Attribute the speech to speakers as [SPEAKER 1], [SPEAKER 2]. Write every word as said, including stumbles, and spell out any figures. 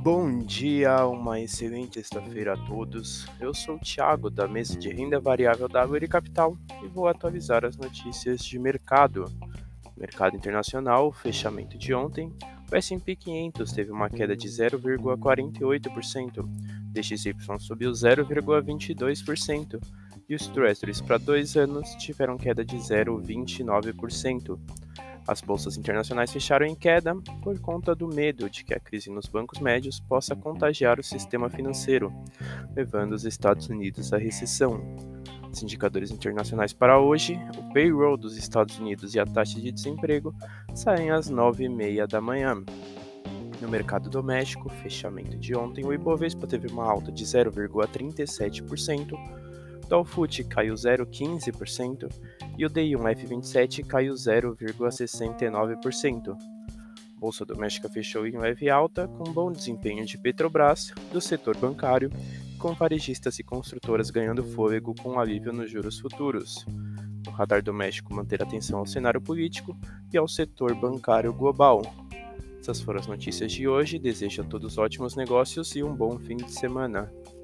[SPEAKER 1] Bom dia, uma excelente sexta-feira a todos. Eu sou o Thiago, da mesa de renda variável da Árvore Capital e vou atualizar as notícias de mercado. Mercado internacional, fechamento de ontem, o S e P quinhentos teve uma queda de zero vírgula quarenta e oito por cento, D X Y subiu zero vírgula vinte e dois por cento e os Treasuries para dois anos tiveram queda de zero vírgula vinte e nove por cento. As bolsas internacionais fecharam em queda por conta do medo de que a crise nos bancos médios possa contagiar o sistema financeiro, levando os Estados Unidos à recessão. Os indicadores internacionais para hoje, o payroll dos Estados Unidos e a taxa de desemprego saem às nove e meia da manhã. No mercado doméstico, fechamento de ontem, o Ibovespa teve uma alta de zero vírgula trinta e sete por cento, o Dow Food caiu zero vírgula quinze por cento e o D I um F vinte e sete caiu zero vírgula sessenta e nove por cento. Bolsa doméstica fechou em leve alta, com bom desempenho de Petrobras, do setor bancário, com varejistas e construtoras ganhando fôlego com alívio nos juros futuros. No radar doméstico, manter atenção ao cenário político e ao setor bancário global. Essas foram as notícias de hoje. Desejo a todos ótimos negócios e um bom fim de semana.